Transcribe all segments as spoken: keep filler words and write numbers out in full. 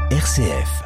R C F.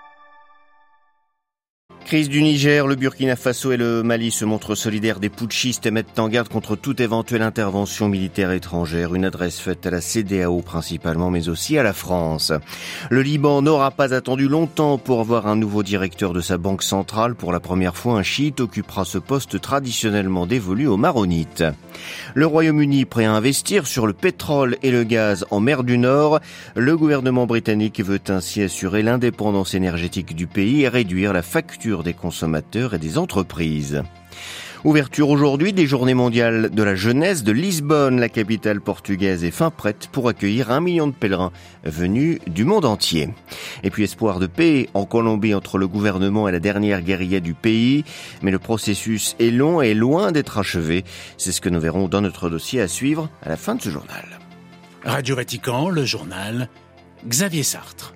Crise du Niger, le Burkina Faso et le Mali se montrent solidaires des putschistes et mettent en garde contre toute éventuelle intervention militaire étrangère. Une adresse faite à la C D A O principalement, mais aussi à la France. Le Liban n'aura pas attendu longtemps pour avoir un nouveau directeur de sa banque centrale. Pour la première fois, un chiite occupera ce poste traditionnellement dévolu aux maronites. Le Royaume-Uni prêt à investir sur le pétrole et le gaz en mer du Nord. Le gouvernement britannique veut ainsi assurer l'indépendance énergétique du pays et réduire la facture des consommateurs et des entreprises. Ouverture aujourd'hui des Journées mondiales de la jeunesse de Lisbonne. La capitale portugaise est fin prête pour accueillir un million de pèlerins venus du monde entier. Et puis espoir de paix en Colombie entre le gouvernement et la dernière guérilla du pays. Mais le processus est long et loin d'être achevé. C'est ce que nous verrons dans notre dossier à suivre à la fin de ce journal. Radio Vatican, le journal, Xavier Sartre.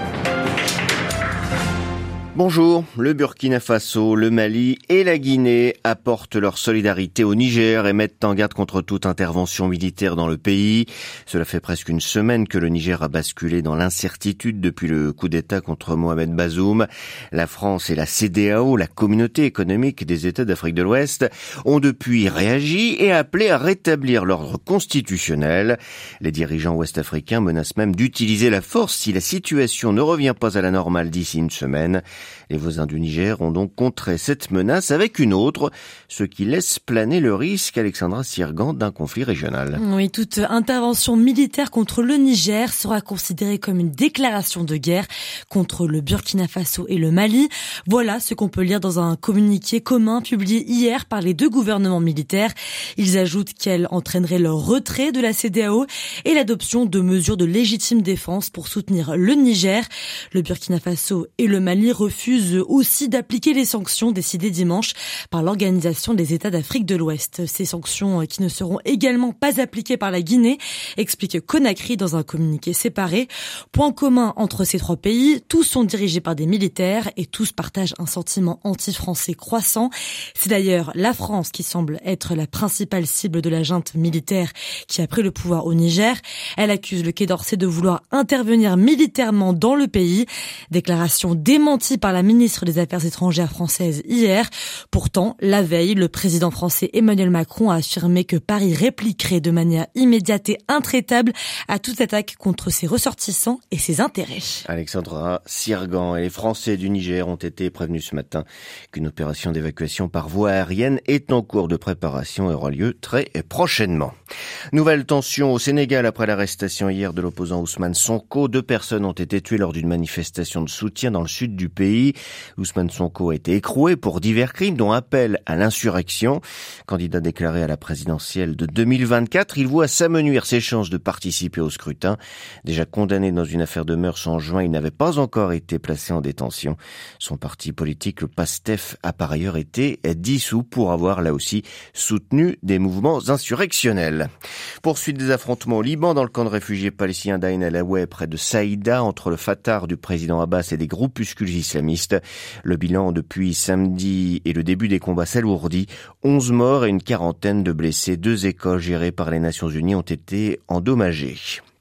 Bonjour, le Burkina Faso, le Mali et la Guinée apportent leur solidarité au Niger et mettent en garde contre toute intervention militaire dans le pays. Cela fait presque une semaine que le Niger a basculé dans l'incertitude depuis le coup d'État contre Mohamed Bazoum. La France et la C D A O, la communauté économique des États d'Afrique de l'Ouest, ont depuis réagi et appelé à rétablir l'ordre constitutionnel. Les dirigeants ouest-africains menacent même d'utiliser la force si la situation ne revient pas à la normale d'ici une semaine. Les voisins du Niger ont donc contré cette menace avec une autre, ce qui laisse planer le risque, Alexandra Sirgan, d'un conflit régional. Oui, toute intervention militaire contre le Niger sera considérée comme une déclaration de guerre contre le Burkina Faso et le Mali. Voilà ce qu'on peut lire dans un communiqué commun publié hier par les deux gouvernements militaires. Ils ajoutent qu'elle entraînerait leur retrait de la C D A O et l'adoption de mesures de légitime défense pour soutenir le Niger. Le Burkina Faso et le Mali refusent aussi d'appliquer les sanctions décidées dimanche par l'Organisation des États d'Afrique de l'Ouest. Ces sanctions qui ne seront également pas appliquées par la Guinée, explique Conakry dans un communiqué séparé. Point commun entre ces trois pays, tous sont dirigés par des militaires et tous partagent un sentiment anti-français croissant. C'est d'ailleurs la France qui semble être la principale cible de la junte militaire qui a pris le pouvoir au Niger. Elle accuse le Quai d'Orsay de vouloir intervenir militairement dans le pays. Déclaration démentie par la ministre des Affaires étrangères française hier. Pourtant, la veille, le président français Emmanuel Macron a affirmé que Paris répliquerait de manière immédiate et intraitable à toute attaque contre ses ressortissants et ses intérêts. Alexandra Sirgan et les Français du Niger ont été prévenus ce matin qu'une opération d'évacuation par voie aérienne est en cours de préparation et aura lieu très prochainement. Nouvelle tension au Sénégal après l'arrestation hier de l'opposant Ousmane Sonko. Deux personnes ont été tuées lors d'une manifestation de soutien dans le sud du pays. Ousmane Sonko a été écroué pour divers crimes, dont appel à l'insurrection. Candidat déclaré à la présidentielle de deux mille vingt-quatre, il voit s'amenuire ses chances de participer au scrutin. Déjà condamné dans une affaire de mœurs en juin, il n'avait pas encore été placé en détention. Son parti politique, le PASTEF, a par ailleurs été dissous pour avoir là aussi soutenu des mouvements insurrectionnels. Poursuite des affrontements au Liban dans le camp de réfugiés palestiniens d'Ain el-Aoué près de Saïda entre le Fatah du président Abbas et des groupuscules islamistes. Le bilan depuis samedi et le début des combats s'alourdit. onze morts et une quarantaine de blessés. Deux écoles gérées par les Nations Unies ont été endommagées.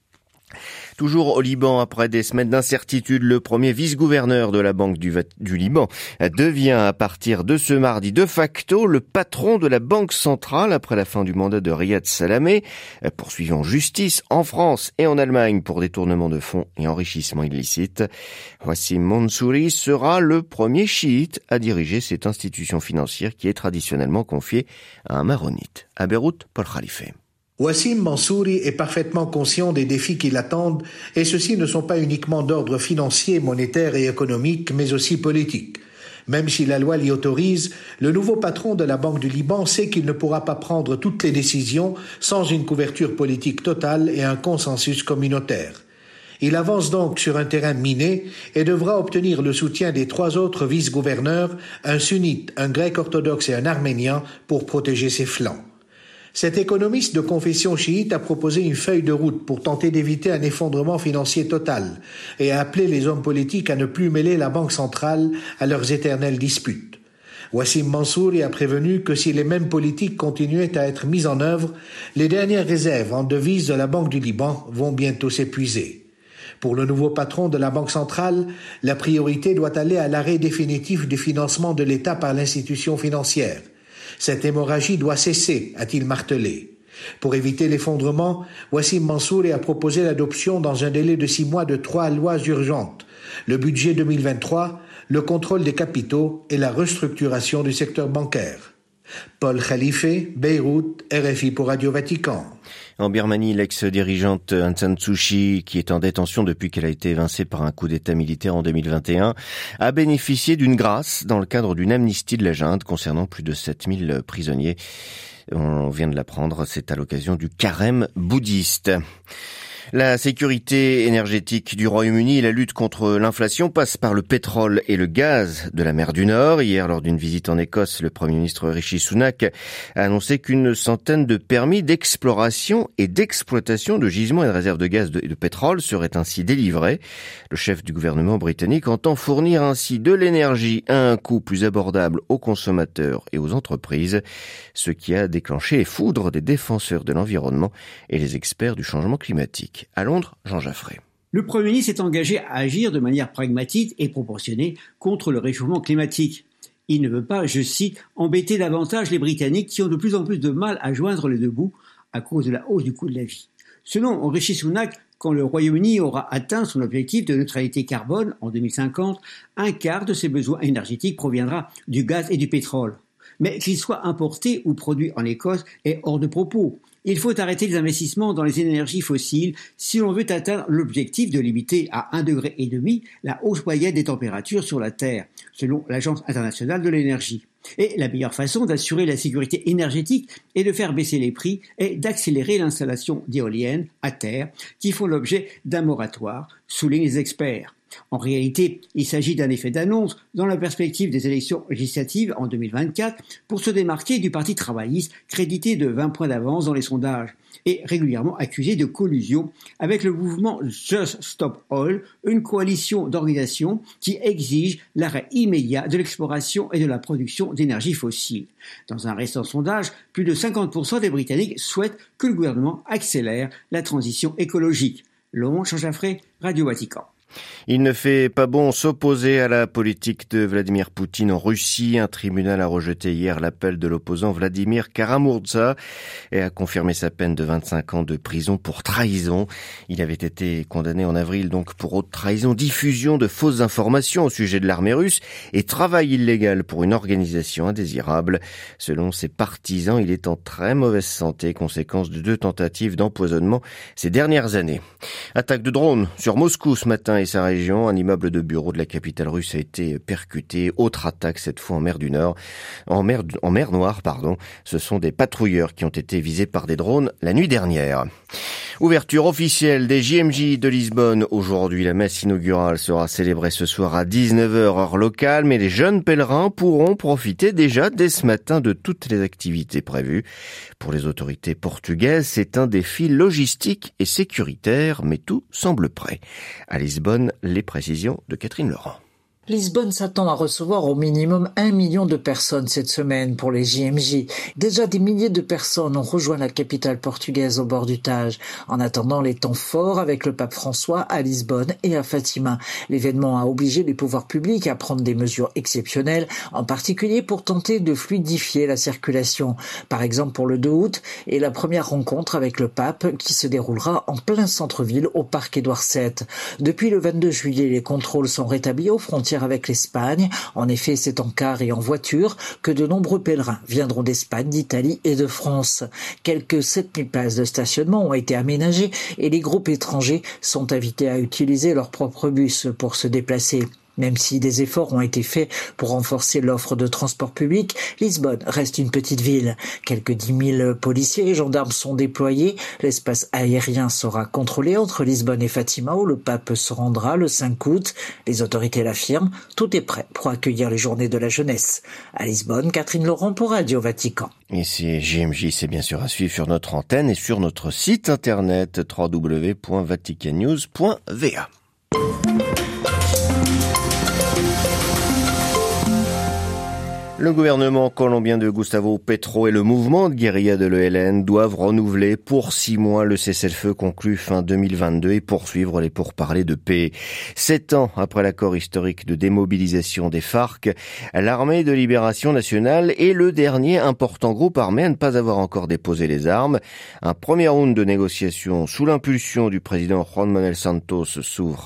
Toujours au Liban, après des semaines d'incertitude, le premier vice-gouverneur de la Banque du, du Liban devient à partir de ce mardi de facto le patron de la Banque centrale après la fin du mandat de Riyad Salamé, poursuivi en justice en France et en Allemagne pour détournement de fonds et enrichissement illicite. Wassim Mansouri sera le premier chiite à diriger cette institution financière qui est traditionnellement confiée à un maronite. À Beyrouth, Paul Khalife. Wassim Mansouri est parfaitement conscient des défis qui l'attendent et ceux-ci ne sont pas uniquement d'ordre financier, monétaire et économique, mais aussi politique. Même si la loi l'y autorise, le nouveau patron de la Banque du Liban sait qu'il ne pourra pas prendre toutes les décisions sans une couverture politique totale et un consensus communautaire. Il avance donc sur un terrain miné et devra obtenir le soutien des trois autres vice-gouverneurs, un sunnite, un grec orthodoxe et un arménien, pour protéger ses flancs. Cet économiste de confession chiite a proposé une feuille de route pour tenter d'éviter un effondrement financier total et a appelé les hommes politiques à ne plus mêler la Banque centrale à leurs éternelles disputes. Wassim Mansouri a prévenu que si les mêmes politiques continuaient à être mises en œuvre, les dernières réserves en devises de la Banque du Liban vont bientôt s'épuiser. Pour le nouveau patron de la Banque centrale, la priorité doit aller à l'arrêt définitif du financement de l'État par l'institution financière. Cette hémorragie doit cesser, a-t-il martelé. Pour éviter l'effondrement, Wassim Mansouri a proposé l'adoption dans un délai de six mois de trois lois urgentes. Le budget deux mille vingt-trois, le contrôle des capitaux et la restructuration du secteur bancaire. Paul Khalife, Beyrouth, R F I pour Radio Vatican. En Birmanie, l'ex-dirigeante Aung San Suu Kyi, qui est en détention depuis qu'elle a été évincée par un coup d'État militaire en deux mille vingt et un, a bénéficié d'une grâce dans le cadre d'une amnistie de la junte concernant plus de sept mille prisonniers. On vient de l'apprendre, c'est à l'occasion du carême bouddhiste. La sécurité énergétique du Royaume-Uni et la lutte contre l'inflation passent par le pétrole et le gaz de la mer du Nord. Hier, lors d'une visite en Écosse, le Premier ministre Rishi Sunak a annoncé qu'une centaine de permis d'exploration et d'exploitation de gisements et de réserves de gaz et de pétrole seraient ainsi délivrés. Le chef du gouvernement britannique entend fournir ainsi de l'énergie à un coût plus abordable aux consommateurs et aux entreprises, ce qui a déclenché les foudres des défenseurs de l'environnement et les experts du changement climatique. À Londres, Jean Jaffré. Le Premier ministre s'est engagé à agir de manière pragmatique et proportionnée contre le réchauffement climatique. Il ne veut pas, je cite, embêter davantage les Britanniques qui ont de plus en plus de mal à joindre les deux bouts à cause de la hausse du coût de la vie. Selon Rishi Sunak, quand le Royaume-Uni aura atteint son objectif de neutralité carbone en deux mille cinquante, un quart de ses besoins énergétiques proviendra du gaz et du pétrole. Mais qu'il soit importé ou produit en Écosse est hors de propos. Il faut arrêter les investissements dans les énergies fossiles si l'on veut atteindre l'objectif de limiter à un degré et demi la hausse moyenne des températures sur la Terre, selon l'Agence internationale de l'énergie. Et la meilleure façon d'assurer la sécurité énergétique et de faire baisser les prix est d'accélérer l'installation d'éoliennes à terre qui font l'objet d'un moratoire, soulignent les experts. En réalité, il s'agit d'un effet d'annonce dans la perspective des élections législatives en deux mille vingt-quatre pour se démarquer du Parti travailliste crédité de vingt points d'avance dans les sondages et régulièrement accusé de collusion avec le mouvement Just Stop Oil, une coalition d'organisations qui exige l'arrêt immédiat de l'exploration et de la production d'énergie fossile. Dans un récent sondage, plus de cinquante pour cent des Britanniques souhaitent que le gouvernement accélère la transition écologique. Londres, Jean Jaffré, Radio Vatican. Il ne fait pas bon s'opposer à la politique de Vladimir Poutine en Russie. Un tribunal a rejeté hier l'appel de l'opposant Vladimir Kara-Murza et a confirmé sa peine de vingt-cinq ans de prison pour trahison. Il avait été condamné en avril donc pour haute trahison, diffusion de fausses informations au sujet de l'armée russe et travail illégal pour une organisation indésirable. Selon ses partisans, il est en très mauvaise santé, conséquence de deux tentatives d'empoisonnement ces dernières années. Attaque de drone sur Moscou ce matin et sa région. Un immeuble de bureau de la capitale russe a été percuté. Autre attaque, cette fois en mer du Nord. En mer, en mer Noire, pardon. Ce sont des patrouilleurs qui ont été visés par des drones la nuit dernière. Ouverture officielle des J M J de Lisbonne. Aujourd'hui, la messe inaugurale sera célébrée ce soir à dix-neuf heures heure locale, mais les jeunes pèlerins pourront profiter déjà dès ce matin de toutes les activités prévues. Pour les autorités portugaises, c'est un défi logistique et sécuritaire, mais tout semble prêt. À Lisbonne, les précisions de Catherine Laurent. Lisbonne s'attend à recevoir au minimum un million de personnes cette semaine pour les J M J. Déjà des milliers de personnes ont rejoint la capitale portugaise au bord du Tage. En attendant les temps forts avec le pape François à Lisbonne et à Fatima. L'événement a obligé les pouvoirs publics à prendre des mesures exceptionnelles, en particulier pour tenter de fluidifier la circulation. Par exemple pour le deux août et la première rencontre avec le pape qui se déroulera en plein centre-ville au parc Édouard sept. Depuis le vingt-deux juillet, les contrôles sont rétablis aux frontières avec l'Espagne. En effet, c'est en car et en voiture que de nombreux pèlerins viendront d'Espagne, d'Italie et de France. Quelques sept mille places de stationnement ont été aménagées et les groupes étrangers sont invités à utiliser leur propre bus pour se déplacer. Même si des efforts ont été faits pour renforcer l'offre de transport public, Lisbonne reste une petite ville. Quelques dix mille policiers et gendarmes sont déployés. L'espace aérien sera contrôlé entre Lisbonne et Fatima où le pape se rendra le cinq août. Les autorités l'affirment, tout est prêt pour accueillir les journées de la jeunesse. À Lisbonne, Catherine Laurent pour Radio Vatican. Et ces J M J, c'est bien sûr à suivre sur notre antenne et sur notre site internet w w w point vatican news point v a. Le gouvernement colombien de Gustavo Petro et le mouvement de guérilla de l'E L N doivent renouveler pour six mois le cessez-le-feu conclu fin deux mille vingt-deux et poursuivre les pourparlers de paix. Sept ans après l'accord historique de démobilisation des FARC, l'armée de libération nationale est le dernier important groupe armé à ne pas avoir encore déposé les armes. Un premier round de négociations sous l'impulsion du président Juan Manuel Santos s'ouvre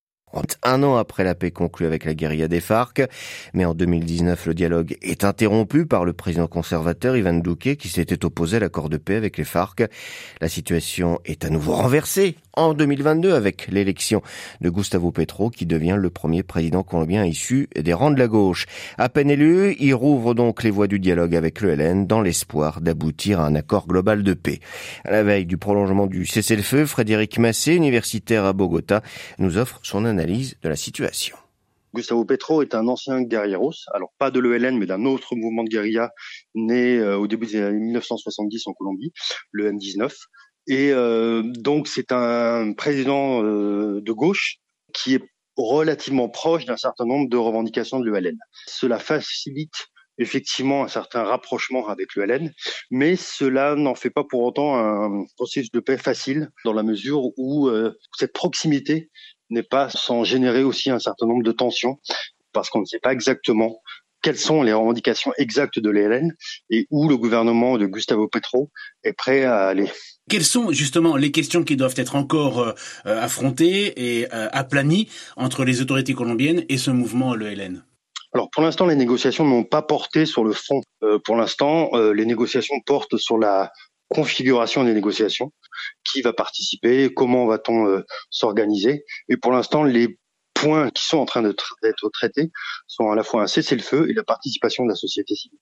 un an après la paix conclue avec la guérilla des FARC. Mais en deux mille dix-neuf, le dialogue est interrompu par le président conservateur Ivan Duque qui s'était opposé à l'accord de paix avec les FARC. La situation est à nouveau renversée en deux mille vingt-deux avec l'élection de Gustavo Petro qui devient le premier président colombien issu des rangs de la gauche. À peine élu, il rouvre donc les voies du dialogue avec l'E L N dans l'espoir d'aboutir à un accord global de paix. À la veille du prolongement du cessez-le-feu, Frédéric Massé, universitaire à Bogota, nous offre son analyse de la situation. Gustavo Petro est un ancien guerrilleros, alors pas de l'E L N mais d'un autre mouvement de guérilla né euh, au début des années mille neuf cent soixante-dix en Colombie, le M dix-neuf. Et euh, donc c'est un président euh, de gauche qui est relativement proche d'un certain nombre de revendications de l'E L N. Cela facilite effectivement un certain rapprochement avec l'E L N, mais cela n'en fait pas pour autant un processus de paix facile dans la mesure où euh, cette proximité n'est pas sans générer aussi un certain nombre de tensions parce qu'on ne sait pas exactement quelles sont les revendications exactes de l'E L N et où le gouvernement de Gustavo Petro est prêt à aller. Quelles sont justement les questions qui doivent être encore euh, affrontées et euh, aplanies entre les autorités colombiennes et ce mouvement l'E L N ? Alors pour l'instant, les négociations n'ont pas porté sur le fond. Euh, pour l'instant, euh, les négociations portent sur la configuration des négociations. Qui va participer, comment va-t-on euh, s'organiser. Et pour l'instant, les points qui sont en train de tra- d'être traités sont à la fois un cessez-le-feu et la participation de la société civile.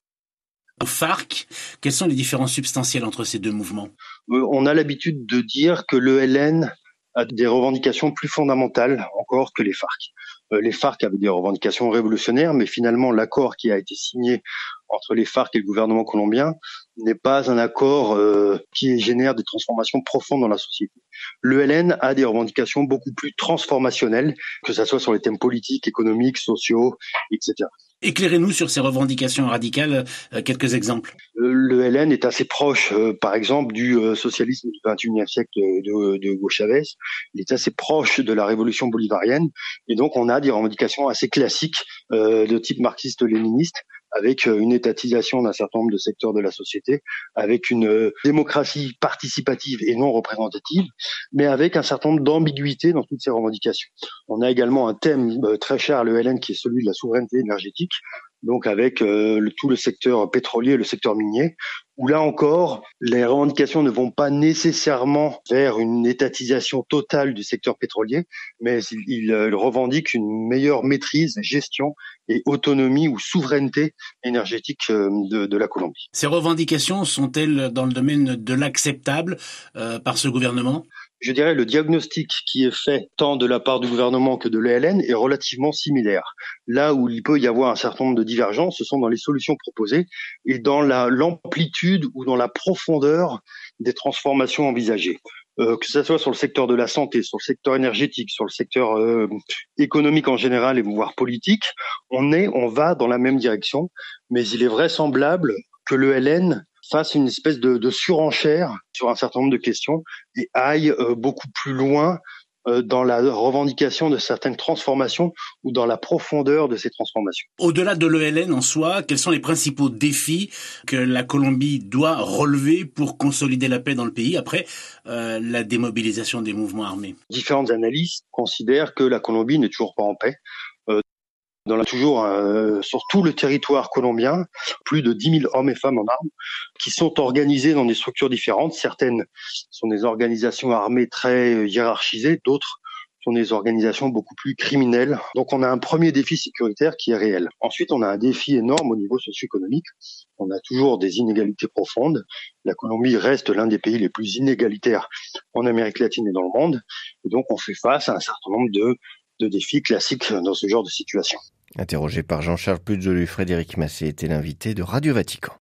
FARC, quelles sont les différences substantielles entre ces deux mouvements ? euh, On a l'habitude de dire que l'E L N a des revendications plus fondamentales encore que les FARC. Euh, les FARC avaient des revendications révolutionnaires, mais finalement, l'accord qui a été signé entre les FARC et le gouvernement colombien n'est pas un accord euh, qui génère des transformations profondes dans la société. L'E L N a des revendications beaucoup plus transformationnelles, que ce soit sur les thèmes politiques, économiques, sociaux, et cetera. Éclairez-nous sur ces revendications radicales, euh, quelques exemples. Euh, L'E L N est assez proche, euh, par exemple, du euh, socialisme du vingt et unième siècle de, de Hugo Chavez. Il est assez proche de la révolution bolivarienne. Et donc, on a des revendications assez classiques euh, de type marxiste-léniniste, avec une étatisation d'un certain nombre de secteurs de la société, avec une euh, démocratie participative et non représentative, mais avec un certain nombre d'ambiguïtés dans toutes ces revendications. On a également un thème euh, très cher à l'E L N qui est celui de la souveraineté énergétique, donc avec euh, le, tout le secteur pétrolier, le secteur minier, où là encore, les revendications ne vont pas nécessairement vers une étatisation totale du secteur pétrolier, mais ils, ils, ils revendiquent une meilleure maîtrise, gestion et autonomie ou souveraineté énergétique de, de la Colombie. Ces revendications sont-elles dans le domaine de l'acceptable euh, par ce gouvernement ? Je dirais le diagnostic qui est fait tant de la part du gouvernement que de l'E L N est relativement similaire. Là où il peut y avoir un certain nombre de divergences, ce sont dans les solutions proposées et dans la, l'amplitude ou dans la profondeur des transformations envisagées. Euh, que ce soit sur le secteur de la santé, sur le secteur énergétique, sur le secteur euh, économique en général et voire politique, on est, on va dans la même direction, mais il est vraisemblable que l'E L N fasse une espèce de, de surenchère sur un certain nombre de questions et aille euh, beaucoup plus loin euh, dans la revendication de certaines transformations ou dans la profondeur de ces transformations. Au-delà de l'E L N en soi, quels sont les principaux défis que la Colombie doit relever pour consolider la paix dans le pays après euh, la démobilisation des mouvements armés ? Différentes analystes considèrent que la Colombie n'est toujours pas en paix. Euh, Dans la, toujours euh, sur tout le territoire colombien, plus de dix mille hommes et femmes en armes qui sont organisés dans des structures différentes. Certaines sont des organisations armées très hiérarchisées, d'autres sont des organisations beaucoup plus criminelles. Donc on a un premier défi sécuritaire qui est réel. Ensuite, on a un défi énorme au niveau socio-économique. On a toujours des inégalités profondes. La Colombie reste l'un des pays les plus inégalitaires en Amérique latine et dans le monde. Et donc on fait face à un certain nombre de de défis classiques dans ce genre de situation. Interrogé par Jean-Charles Puzolu, Frédéric Massé était l'invité de Radio Vatican.